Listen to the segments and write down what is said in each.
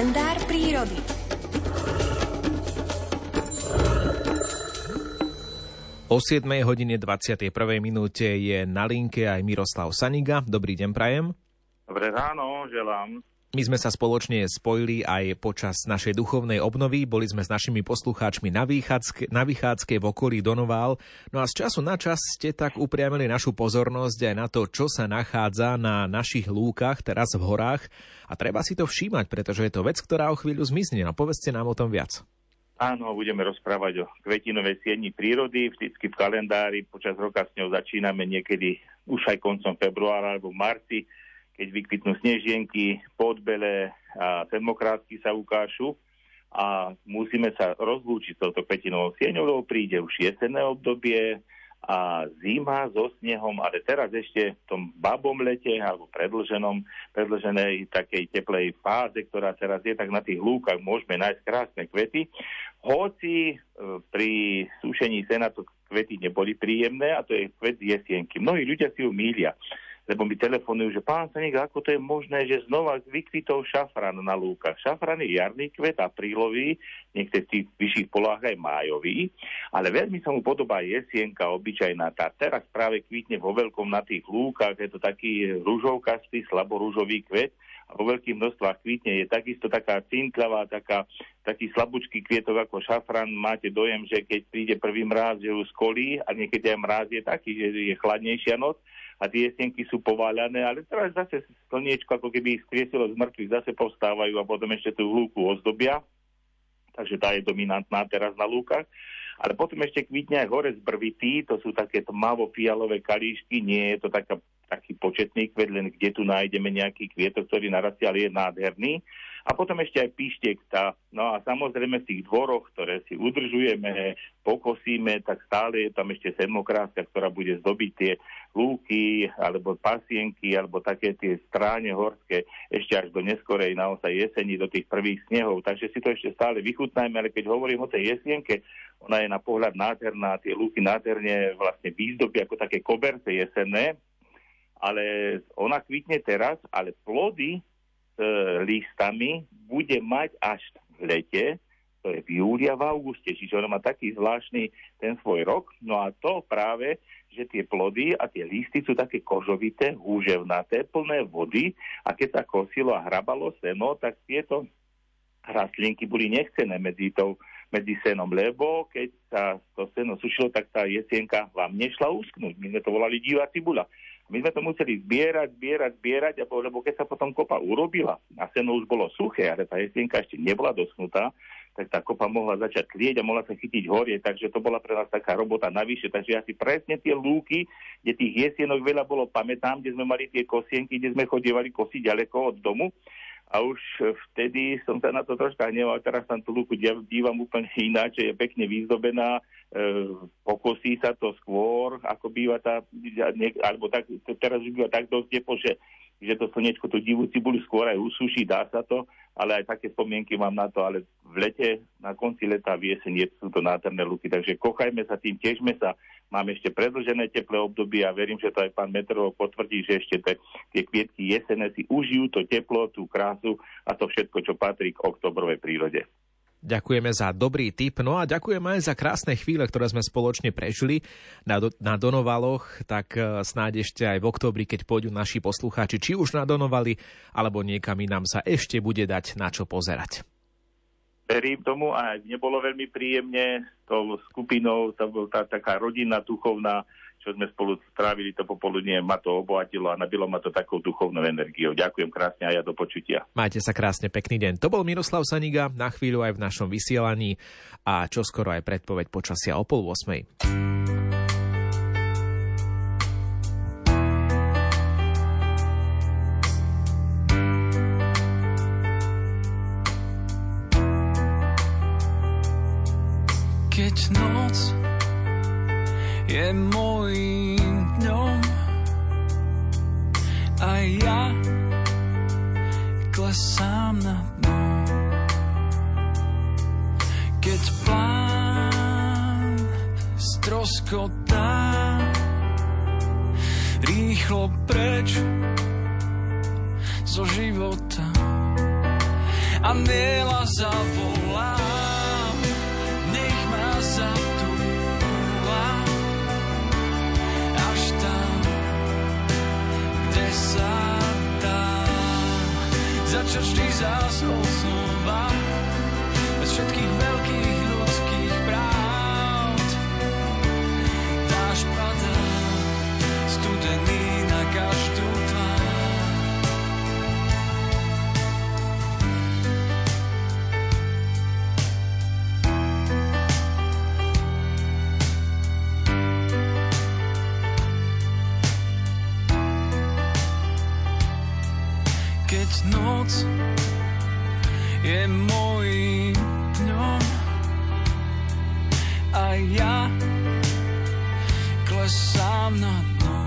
Kalendár prírody. O 7:21 je na linke aj Miroslav Saniga. Dobrý deň prajem. Dobré ráno, želám. My sme sa spoločne spojili aj počas našej duchovnej obnovy. Boli sme s našimi poslucháčmi na vychádzke v okolí Donoval. No a z času na čas ste tak upriamili našu pozornosť aj na to, čo sa nachádza na našich lúkach, teraz v horách. A treba si to všímať, pretože je to vec, ktorá o chvíľu zmizne. No povedzte nám o tom viac. Áno, budeme rozprávať o kvetinovej sieni prírody. Vždycky v kalendári počas roka s ňou začíname niekedy už aj koncom februára alebo v marci, keď vykvitnú snežienky, podbele a sedmokrátky sa ukážu a musíme sa rozlúčiť s touto kvetinovou sieňou, lebo príde už jesenné obdobie a zima so snehom, ale teraz ešte v tom babom lete alebo predĺženej takej teplej fáze, ktorá teraz je, tak na tých lúkach môžeme nájsť krásne kvety. Hoci pri sušení sena to kvety neboli príjemné, a to je kvet jesienky. Mnohí ľudia si ju mýlia, lebo mi telefonujú, že pán Saník, ako to je možné, že znova vykvitol šafrán na lúkach. Šafrán je jarný kvet, aprílový, niekde v tých vyšších polohách aj májový, ale veľmi sa mu podobá jesienka obyčajná. Tá teraz práve kvitne vo veľkom na tých lúkach, je to taký ružovkastý, slaborúžový kvet a vo veľkých množstvách kvitne je takisto taká cinkľavá, taký slabúčký kvietok ako šafrán. Máte dojem, že keď príde prvý mráz, že ju skolí, a niekedy aj mráz je taký, že je chladnejšia noc a tie jesienky sú pováľané, ale teraz zase slniečko, ako keby ich skriesilo z mŕtvych, zase povstávajú a potom ešte tú lúku ozdobia. Takže tá je dominantná teraz na lúkach. Ale potom ešte kvitne aj horec brvitý, to sú také tmavo-fialové kalíšky, nie je to taký početný kvet, len kde tu nájdeme nejaký kvietok, ktorý narastie, ale je nádherný. A potom ešte aj píštekta. No a samozrejme v tých dvoroch, ktoré si udržujeme, pokosíme, tak stále je tam ešte sedmokrátka, ktorá bude zdobiť tie lúky, alebo pasienky, alebo také tie stráne horské, ešte až do neskorej naozaj jeseni, do tých prvých snehov. Takže si to ešte stále vychutnajme, ale keď hovorím o tej jesienke, ona je na pohľad nádherná, tie lúky nádherne vlastne výzdobia ako také koberce jesenné, ale ona kvitne teraz, ale plody listami bude mať až v lete, to je v júli a v auguste, čiže ona má taký zvláštny ten svoj rok. No a to práve, že tie plody a tie listy sú také kožovité, húževnaté, plné vody, a keď sa kosilo a hrabalo seno, tak tieto rastlinky boli nechcené medzi senom, lebo keď sa to seno sušilo, tak tá jesienka vám nešla uschnúť. My sme to volali divá cibuľa. My sme to museli zbierať, lebo keď sa potom kopa urobila a seno už bolo suché, ale tá jesienka ešte nebola doschnutá, tak tá kopa mohla začať tlieť a mohla sa chytiť horie, takže to bola pre nás taká robota navyše. Takže ja si presne tie lúky, kde tých jesienok veľa bolo, pamätám, kde sme mali tie kosienky, kde sme chodievali kosiť ďaleko od domu. A už vtedy som sa na to troška hneval, teraz sa tú lúku dívam úplne ináč, je pekne vyzdobená, pokosí sa to skôr, ako býva tá, alebo tak, teraz už býva tak dosť tepo, že to slnečko tú divú cibuľu skôr aj usúši, dá sa to, ale aj také spomienky mám na to, ale v lete, na konci leta, v jeseni sú to nádherné lúky, takže kochajme sa tým, tešme sa, máme ešte predĺžené teplé obdobie a verím, že to aj pán meteorológ potvrdí, že ešte tie kvietky jesenné si užijú to teplo, tú krásu a to všetko, čo patrí k októbrovej prírode. Ďakujeme za dobrý tip, no a ďakujeme aj za krásne chvíle, ktoré sme spoločne prežili na Donovaloch, tak snáď ešte aj v októbri, keď pôjdu naši poslucháči, či už na Donovali, alebo niekam inám, sa ešte bude dať na čo pozerať. Verím tomu, a nebolo veľmi príjemne s tou skupinou, to bola taká rodinná, duchovná, čo sme spolu strávili to popoludnie, ma to obohatilo a nabilo ma to takou duchovnou energiou. Ďakujem krásne a ja do počutia. Majte sa krásne, pekný deň. To bol Miroslav Saniga, na chvíľu aj v našom vysielaní a čoskoro aj predpoveď počasia o 7:30. Keď noc je mojím dňom a ja klesám na dno, keď plán stroskotá, rýchlo preč zo života. Anjela zavolám, nech ma zatúla až tam, kde sa dá. Začať vždy zás od znova, bez všetkých veľkých ľudských pravd. Dáš padá, studený na každú tvár. Keď noc je mojím dňom a ja klesám na dno,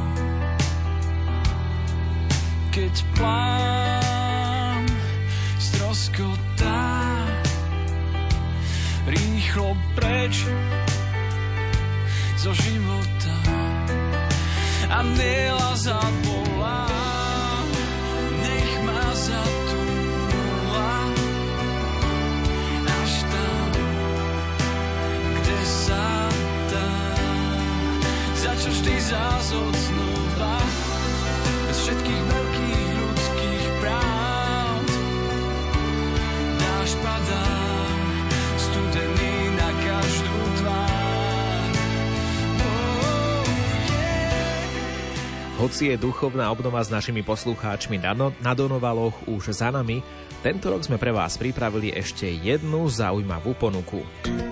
keď plán stroskotá rýchlo preč zo života. Anjela zavolá, nech ma zatúla až tam, kde sa dá. Začať vždy zás od znova, bez všetkých veľkých ľudských pravd. Dáš padá, studený na každú tvár. Hoci je duchovná obnova s našimi poslucháčmi na Donovaloch už za nami, tento rok sme pre vás pripravili ešte jednu zaujímavú ponuku.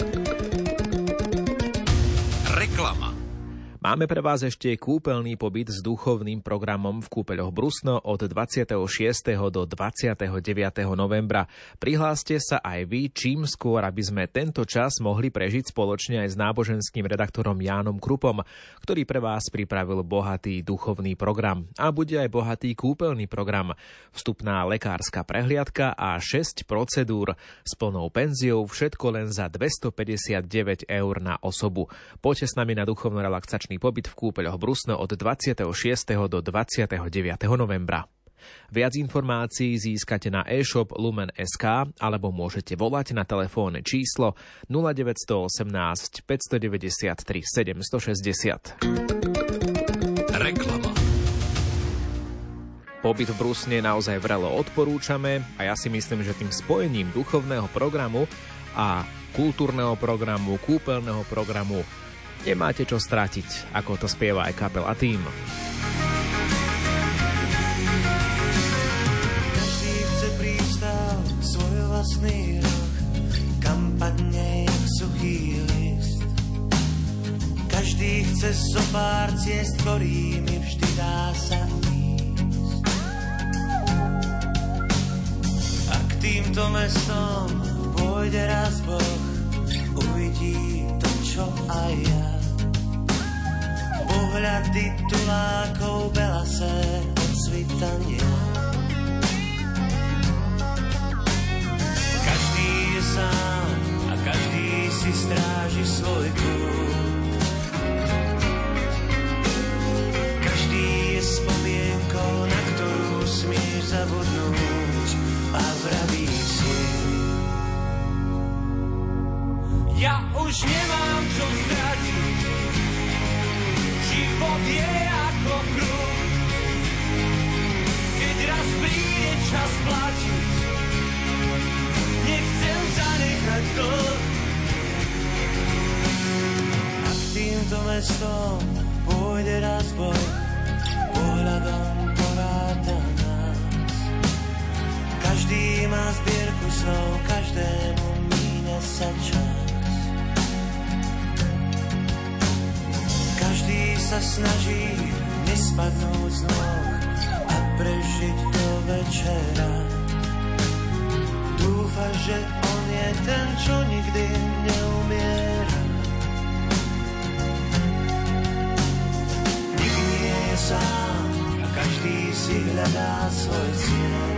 Reklama. Máme pre vás ešte kúpeľný pobyt s duchovným programom v kúpeľoch Brusno od 26. do 29. novembra. Prihláste sa aj vy čím skôr, aby sme tento čas mohli prežiť spoločne aj s náboženským redaktorom Jánom Krupom, ktorý pre vás pripravil bohatý duchovný program. A bude aj bohatý kúpeľný program. Vstupná lekárska prehliadka a 6 procedúr s plnou penziou, všetko len za 259 eur na osobu. Poďte s nami na duchovno-relaxačný pobyt v kúpeľoch Brusno od 26. do 29. novembra. Viac informácií získate na e-shop Lumen.sk alebo môžete volať na telefónne číslo 0918 593 760. Reklama. Pobyt v Brusne naozaj vrelo odporúčame a ja si myslím, že tým spojením duchovného programu a kultúrneho programu, kúpeľného programu nemáte čo stratiť, ako to spieva aj kapela Tým. Každý chce prístav, svoj vlastný roh, kam padne jak suchý list. Každý chce so pár ciest, ktorými vždy dá sa ísť. A k týmto mestom pôjde raz Boh, uvidí to, čo aj ja. Pohľady tulákov belasé od svitania. Každý je sám a každý si stráži svoj kút. Každý je spomienkou, na ktorú smieš zabudnúť a vraví si: ja už nemám čo stratiť. Život je ako kruh, keď raz príde čas platiť, nechcem zanechať dlh. A k týmto mestom pôjde raz Boh, pohľadom poráta nás. Každý má zbierku snov, každému míňa sa čas. Každý sa snaží nespadnúť z nôh a prežiť do večera. Dúfa, že on je ten, čo nikdy neumiera. Nik nie je sám a každý si hľadá svoj cieľ.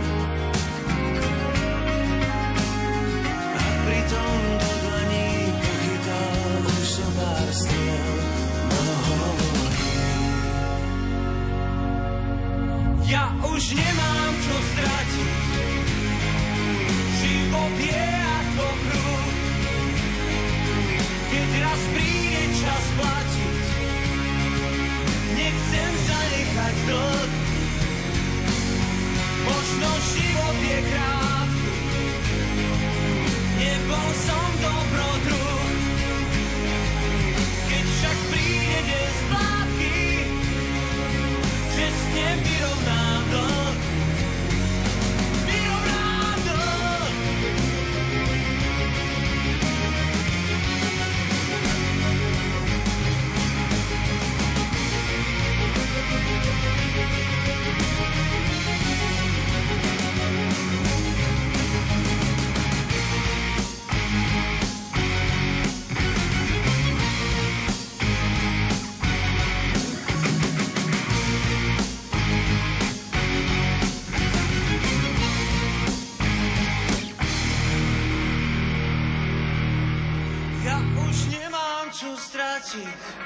A pritom do dlaní pochytal už so pár striel. Ja už nemám čo stratiť. život je ako hru. Keď raz príde čas platiť, nechcem zanechať dlh. Možno život je krátky, nebol som dobrodruh. Keď však príde deň splátky, že s ním vyrovnám dlh. Vyrovnám dlh. Ja už nemám čo stratiť,